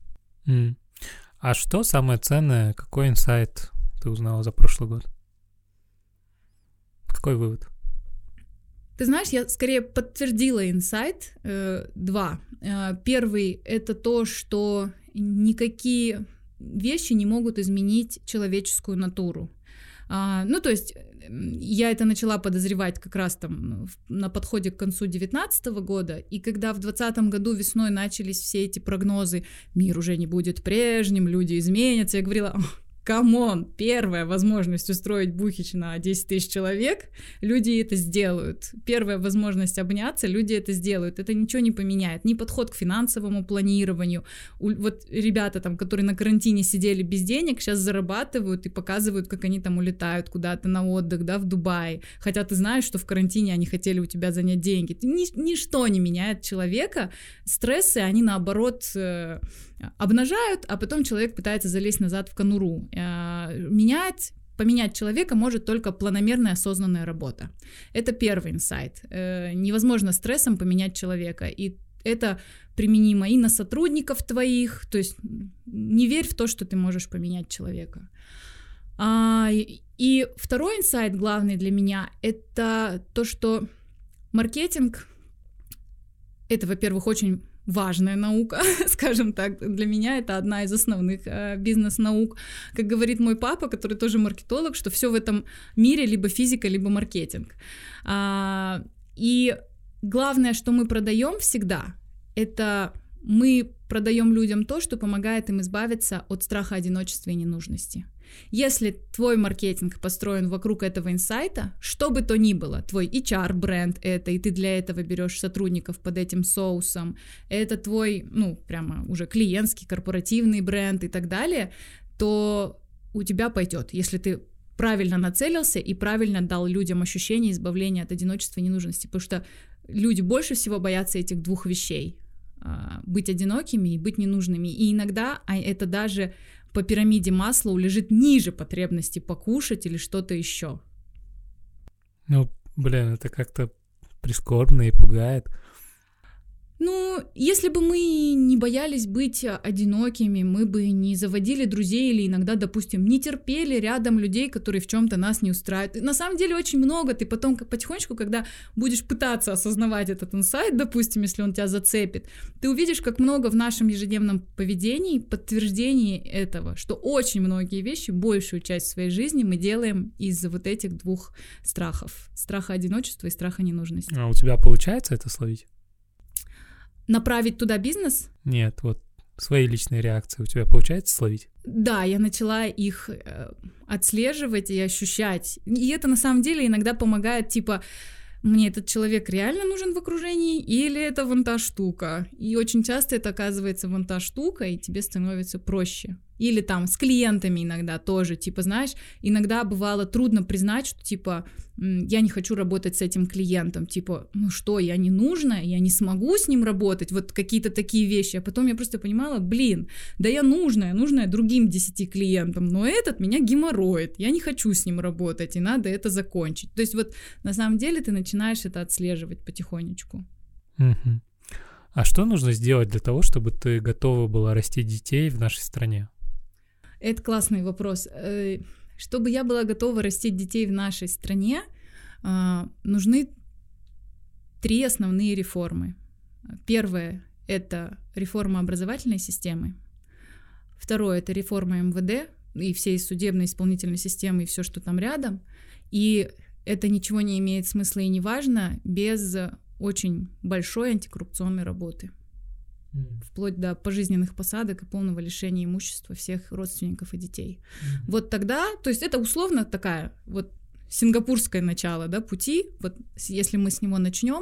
А что самое ценное, какой инсайт ты узнала за прошлый год? Какой вывод? Ты знаешь, я скорее подтвердила инсайт, два. Первый — это то, что никакие вещи не могут изменить человеческую натуру. Ну, то есть я это начала подозревать как раз там на подходе к концу 2019 года, и когда в 2020 году весной начались все эти прогнозы, мир уже не будет прежним, люди изменятся, я говорила: камон, первая возможность устроить бухич на 10 000 человек, люди это сделают. Первая возможность обняться, люди это сделают. Это ничего не поменяет. Ни подход к финансовому планированию. Вот ребята там, которые на карантине сидели без денег, сейчас зарабатывают и показывают, как они там улетают куда-то на отдых, да, в Дубай. Хотя ты знаешь, что в карантине они хотели у тебя занять деньги. Ничто не меняет человека. Стрессы, они наоборот обнажают, а потом человек пытается залезть назад в конуру. Поменять человека может только планомерная осознанная работа. Это первый инсайт. Невозможно стрессом поменять человека, и это применимо и на сотрудников твоих, то есть не верь в то, что ты можешь поменять человека. И второй инсайт, главный для меня, это то, что маркетинг — это, во-первых, очень важная наука, скажем так, для меня это одна из основных бизнес-наук. Как говорит мой папа, который тоже маркетолог, что все в этом мире либо физика, либо маркетинг. И главное, что мы продаем всегда, это мы продаем людям то, что помогает им избавиться от страха одиночества и ненужности. Если твой маркетинг построен вокруг этого инсайта, что бы то ни было, твой HR-бренд это, и ты для этого берешь сотрудников под этим соусом, это твой, прямо уже клиентский, корпоративный бренд и так далее, то у тебя пойдет, если ты правильно нацелился и правильно дал людям ощущение избавления от одиночества и ненужности, потому что люди больше всего боятся этих двух вещей: быть одинокими и быть ненужными, и иногда это даже по пирамиде Маслоу лежит ниже потребности покушать или что-то еще. Это как-то прискорбно и пугает. Если бы мы не боялись быть одинокими, мы бы не заводили друзей или иногда, допустим, не терпели рядом людей, которые в чем-то нас не устраивают. И на самом деле очень много. Ты потом потихонечку, когда будешь пытаться осознавать этот инсайт, допустим, если он тебя зацепит, ты увидишь, как много в нашем ежедневном поведении подтверждений этого, что очень многие вещи, большую часть своей жизни мы делаем из-за вот этих двух страхов. Страха одиночества и страха ненужности. А у тебя получается это словить? Направить туда бизнес? Нет, свои личные реакции у тебя получается словить? Да, я начала их отслеживать и ощущать. И это на самом деле иногда помогает, мне этот человек реально нужен в окружении или это вон та штука? И очень часто это оказывается вон та штука, и тебе становится проще Или там с клиентами иногда тоже, типа, знаешь, иногда бывало трудно признать, что, типа, я не хочу работать с этим клиентом, типа, ну что, я не нужная, я не смогу с ним работать, вот какие-то такие вещи, а потом я просто понимала, да я нужная другим 10 клиентам, но этот меня геморроит, я не хочу с ним работать, и надо это закончить. То есть вот на самом деле ты начинаешь это отслеживать потихонечку. Угу. А что нужно сделать для того, чтобы ты готова была растить детей в нашей стране? Это классный вопрос. Чтобы я была готова растить детей в нашей стране, нужны 3 основные реформы. Первое — это реформа образовательной системы. Второе — это реформа МВД и всей судебной исполнительной системы и все, что там рядом. И это ничего не имеет смысла и не важно без очень большой антикоррупционной работы. Вплоть до пожизненных посадок и полного лишения имущества всех родственников и детей. Вот тогда, то есть это условно такая вот сингапурское начало, да, пути, вот если мы с него начнем,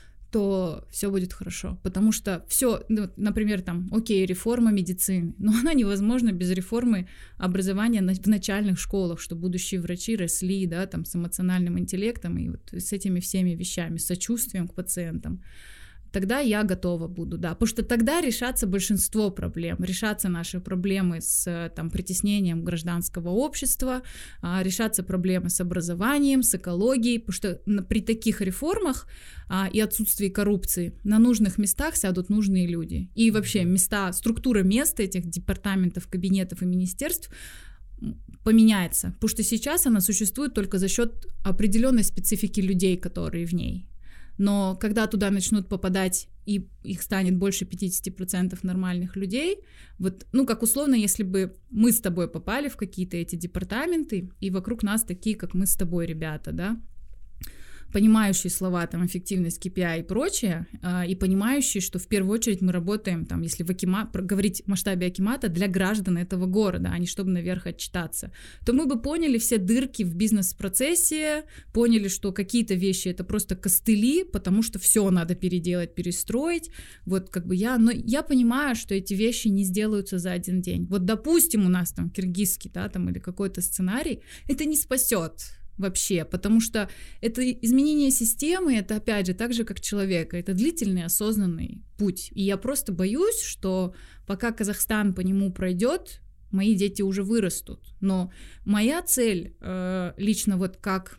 то все будет хорошо, потому что все, ну, например, там, окей, реформа медицины, но она невозможна без реформы образования в начальных школах, чтобы будущие врачи росли, да, там, с эмоциональным интеллектом и вот с этими всеми вещами, с сочувствием к пациентам. Тогда я готова буду, да, потому что тогда решатся большинство проблем, решатся наши проблемы с там, притеснением гражданского общества, решатся проблемы с образованием, с экологией, потому что при таких реформах и отсутствии коррупции на нужных местах сядут нужные люди. И вообще структура мест этих департаментов, кабинетов и министерств поменяется, потому что сейчас она существует только за счет определенной специфики людей, которые в ней. Но когда туда начнут попадать, и их станет больше 50% нормальных людей, вот, ну, как условно, если бы мы с тобой попали в какие-то эти департаменты, и вокруг нас такие, как мы с тобой, ребята, да, понимающие слова, там, эффективность, KPI и прочее, и понимающие, что в первую очередь мы работаем, там, если говорить в масштабе Акимата, для граждан этого города, а не чтобы наверх отчитаться, то мы бы поняли все дырки в бизнес-процессе, поняли, что какие-то вещи это просто костыли, потому что все надо переделать, перестроить, вот как бы но я понимаю, что эти вещи не сделаются за один день. Вот, допустим, у нас там киргизский, да, там, или какой-то сценарий, это не спасет вообще, потому что это изменение системы, это опять же так же, как человека, это длительный осознанный путь, и я просто боюсь, что пока Казахстан по нему пройдет, мои дети уже вырастут, но моя цель лично вот как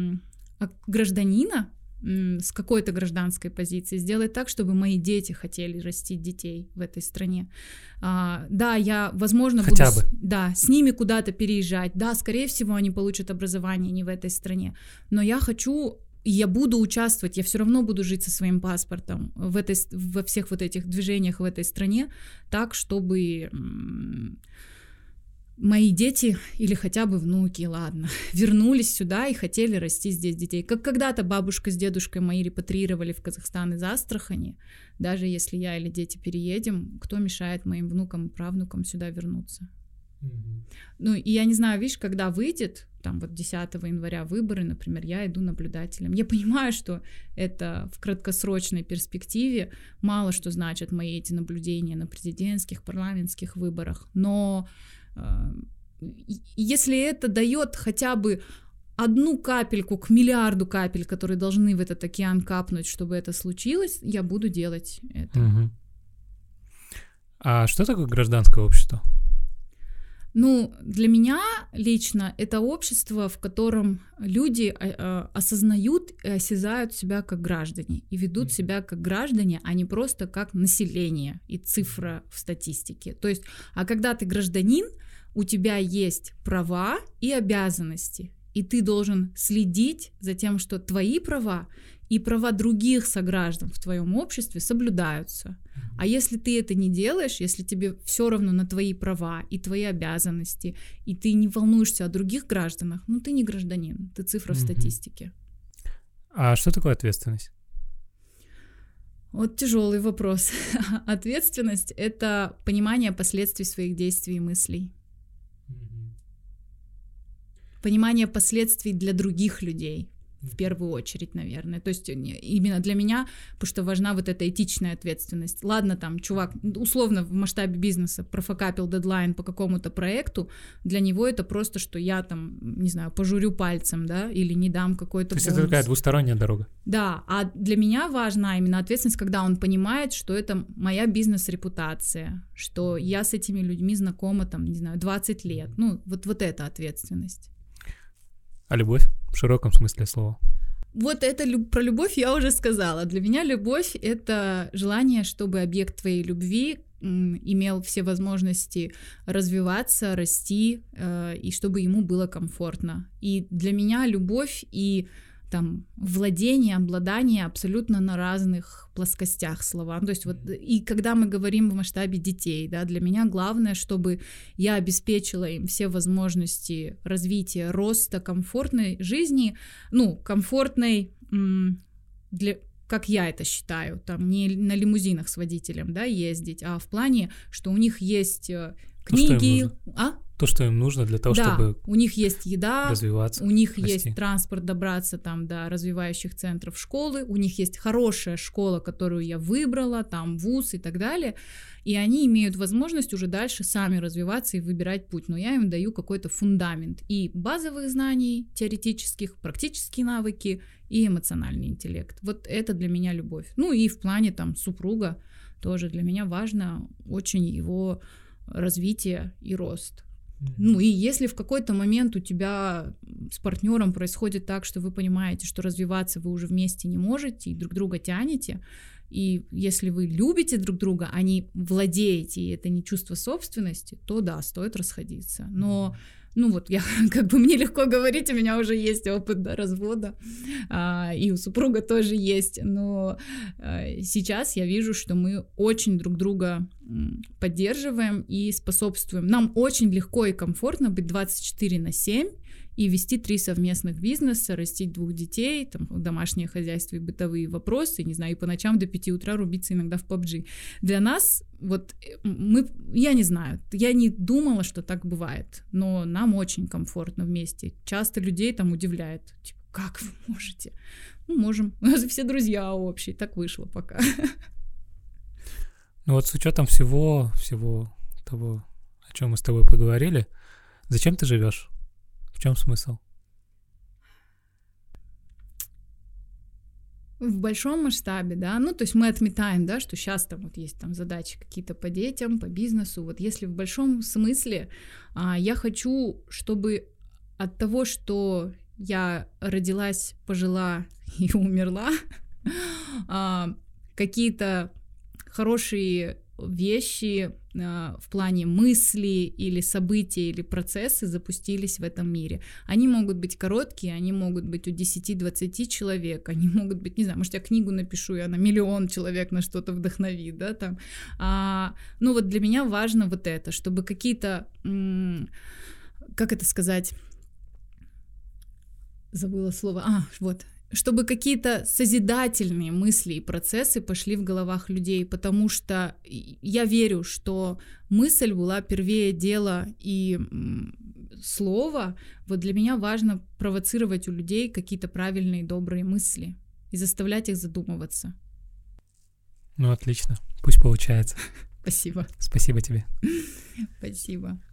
гражданина с какой-то гражданской позиции сделать так, чтобы мои дети хотели растить детей в этой стране. Да, я, возможно, буду с ними куда-то переезжать, да, скорее всего, они получат образование не в этой стране, но я хочу, я буду участвовать, я все равно буду жить со своим паспортом во всех вот этих движениях в этой стране, так, чтобы мои дети или хотя бы внуки, ладно, вернулись сюда и хотели расти здесь детей. Как когда-то бабушка с дедушкой мои репатрировали в Казахстан из Астрахани, даже если я или дети переедем, кто мешает моим внукам и правнукам сюда вернуться? Ну, и я не знаю, видишь, когда выйдет, там вот 10 января выборы, например, я иду наблюдателем. Я понимаю, что это в краткосрочной перспективе мало что значат мои эти наблюдения на президентских, парламентских выборах, но если это дает хотя бы одну капельку к миллиарду капель, которые должны в этот океан капнуть, чтобы это случилось, я буду делать это. Угу. А что такое гражданское общество? Ну, для меня лично это общество, в котором люди осознают и осязают себя как граждане и ведут себя как граждане, а не просто как население и цифра в статистике. То есть, а когда ты гражданин, у тебя есть права и обязанности, и ты должен следить за тем, что твои права и права других сограждан в твоем обществе соблюдаются. А если ты это не делаешь, если тебе все равно на твои права и твои обязанности, и ты не волнуешься о других гражданах, ну ты не гражданин, ты цифра в статистике. А что такое ответственность? Вот тяжелый вопрос. Ответственность — это понимание последствий своих действий и мыслей. Понимание последствий для других людей. в первую очередь, наверное. То есть именно для меня, потому что важна вот эта этичная ответственность. Ладно, там, чувак, условно, в масштабе бизнеса профокапил дедлайн по какому-то проекту, для него это просто, что я там, не знаю, пожурю пальцем, да, или не дам какой-то бонус. То есть это такая двусторонняя дорога. Да, а для меня важна именно ответственность, когда он понимает, что это моя бизнес-репутация, что я с этими людьми знакома, там, не знаю, 20 лет. Ну, вот эта ответственность. А любовь в широком смысле слова? Вот это про любовь я уже сказала. Для меня любовь — это желание, чтобы объект твоей любви имел все возможности развиваться, расти, и чтобы ему было комфортно. И для меня любовь и там владение, обладание абсолютно на разных плоскостях слова. То есть вот и когда мы говорим в масштабе детей, да, для меня главное, чтобы я обеспечила им все возможности развития, роста, комфортной жизни, ну, комфортной для, как я это считаю, там не на лимузинах с водителем, да, ездить, а в плане, что у них есть книги, то, что им нужно для того, да, чтобы у них есть еда, развиваться, у них расти. Есть транспорт добраться там до развивающих центров школы, у них есть хорошая школа, которую я выбрала, там вуз и так далее, и они имеют возможность уже дальше сами развиваться и выбирать путь, но я им даю какой-то фундамент и базовых знаний, теоретических, практические навыки и эмоциональный интеллект. Вот это для меня любовь. Ну и в плане там супруга тоже для меня важно очень его развитие и рост. Ну и если в какой-то момент у тебя с партнером происходит так, что вы понимаете, что развиваться вы уже вместе не можете и друг друга тянете, и если вы любите друг друга, а не владеете, и это не чувство собственности, то да, стоит расходиться. Но ну вот я, как бы мне легко говорить, у меня уже есть опыт, да, развода, и у супруга тоже есть, но сейчас я вижу, что мы очень друг друга поддерживаем и способствуем. Нам очень легко и комфортно быть 24/7 и вести 3 совместных бизнеса, растить 2 детей, там, домашнее хозяйство и бытовые вопросы, не знаю, и по ночам до 5 утра рубиться иногда в PUBG. Для нас, вот, я не знаю, я не думала, что так бывает, но нам очень комфортно вместе. Часто людей там удивляет, типа, как вы можете? Ну, можем, у нас все друзья общие, так вышло пока. Ну вот с учетом всего того, о чем мы с тобой поговорили, зачем ты живешь? В чем смысл? В большом масштабе, да, ну, то есть мы отметаем, да, что сейчас там вот есть там задачи какие-то по детям, по бизнесу, вот если в большом смысле я хочу, чтобы от того, что я родилась, пожила и умерла, какие-то хорошие вещи в плане мысли или события или процессы запустились в этом мире. Они могут быть короткие, они могут быть у 10-20 человек, они могут быть, не знаю, может, я книгу напишу, и она 1 000 000 человек на что-то вдохновит, да, там. Ну вот для меня важно вот это, чтобы какие-то, как это сказать, забыла слово, вот, чтобы какие-то созидательные мысли и процессы пошли в головах людей, потому что я верю, что мысль была первее дела и слова. Вот для меня важно провоцировать у людей какие-то правильные, добрые мысли и заставлять их задумываться. Ну, отлично. Пусть получается. Спасибо. Спасибо тебе. Спасибо.